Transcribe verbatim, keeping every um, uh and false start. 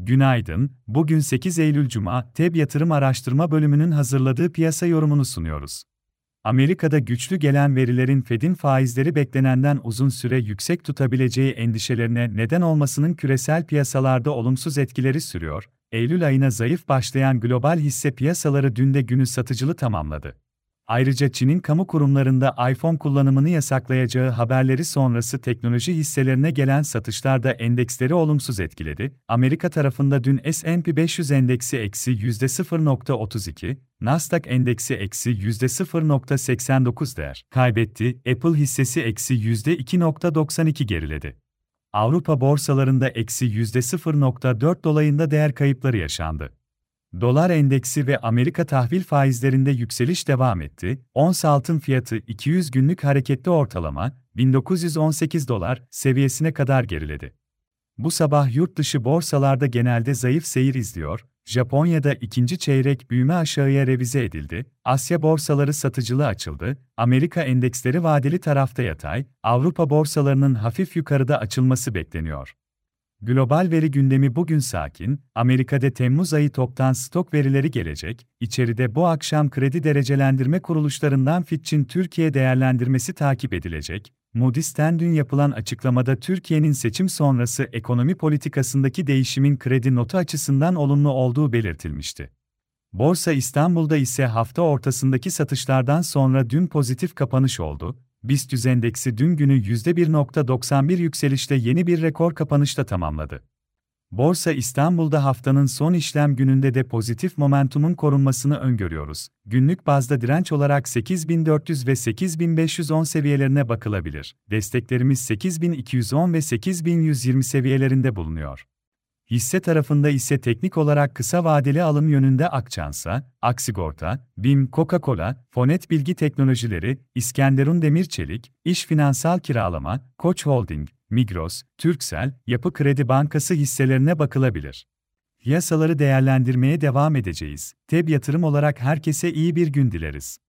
Günaydın, bugün sekiz Eylül Cuma, T E B Yatırım Araştırma Bölümünün hazırladığı piyasa yorumunu sunuyoruz. Amerika'da güçlü gelen verilerin Fed'in faizleri beklenenden uzun süre yüksek tutabileceği endişelerine neden olmasının küresel piyasalarda olumsuz etkileri sürüyor. Eylül ayına zayıf başlayan global hisse piyasaları dün de günü satıcılı tamamladı. Ayrıca Çin'in kamu kurumlarında iPhone kullanımını yasaklayacağı haberleri sonrası teknoloji hisselerine gelen satışlar da endeksleri olumsuz etkiledi. Amerika tarafında dün S and P beş yüz endeksi eksi yüzde sıfır nokta otuz iki, Nasdaq endeksi eksi yüzde sıfır nokta seksen dokuz değer kaybetti, Apple hissesi eksi yüzde iki nokta doksan iki geriledi. Avrupa borsalarında eksi yüzde sıfır nokta dört dolayında değer kayıpları yaşandı. Dolar endeksi ve Amerika tahvil faizlerinde yükseliş devam etti. Ons altın fiyatı iki yüz günlük hareketli ortalama bin dokuz yüz on sekiz dolar seviyesine kadar geriledi. Bu sabah yurt dışı borsalarda genelde zayıf seyir izliyor. Japonya'da ikinci çeyrek büyüme aşağıya revize edildi. Asya borsaları satıcılı açıldı. Amerika endeksleri vadeli tarafta yatay. Avrupa borsalarının hafif yukarıda açılması bekleniyor. Global veri gündemi bugün sakin, Amerika'da Temmuz ayı toptan stok verileri gelecek, içeride bu akşam kredi derecelendirme kuruluşlarından Fitch'in Türkiye değerlendirmesi takip edilecek. Moody's'ten dün yapılan açıklamada Türkiye'nin seçim sonrası ekonomi politikasındaki değişimin kredi notu açısından olumlu olduğu belirtilmişti. Borsa İstanbul'da ise hafta ortasındaki satışlardan sonra dün pozitif kapanış oldu. BIST endeksi dün günü yüzde bir nokta doksan bir yükselişle yeni bir rekor kapanışla tamamladı. Borsa İstanbul'da haftanın son işlem gününde de pozitif momentumun korunmasını öngörüyoruz. Günlük bazda direnç olarak sekiz bin dört yüz ve sekiz bin beş yüz on seviyelerine bakılabilir. Desteklerimiz sekiz bin iki yüz on ve sekiz bin yüz yirmi seviyelerinde bulunuyor. Hisse tarafında ise teknik olarak kısa vadeli alım yönünde Akçansa, Aksigorta, BİM, Coca-Cola, Fonet Bilgi Teknolojileri, İskenderun Demir Çelik, İş Finansal Kiralama, Koç Holding, Migros, Turkcell, Yapı Kredi Bankası hisselerine bakılabilir. Piyasaları değerlendirmeye devam edeceğiz. T E B Yatırım olarak herkese iyi bir gün dileriz.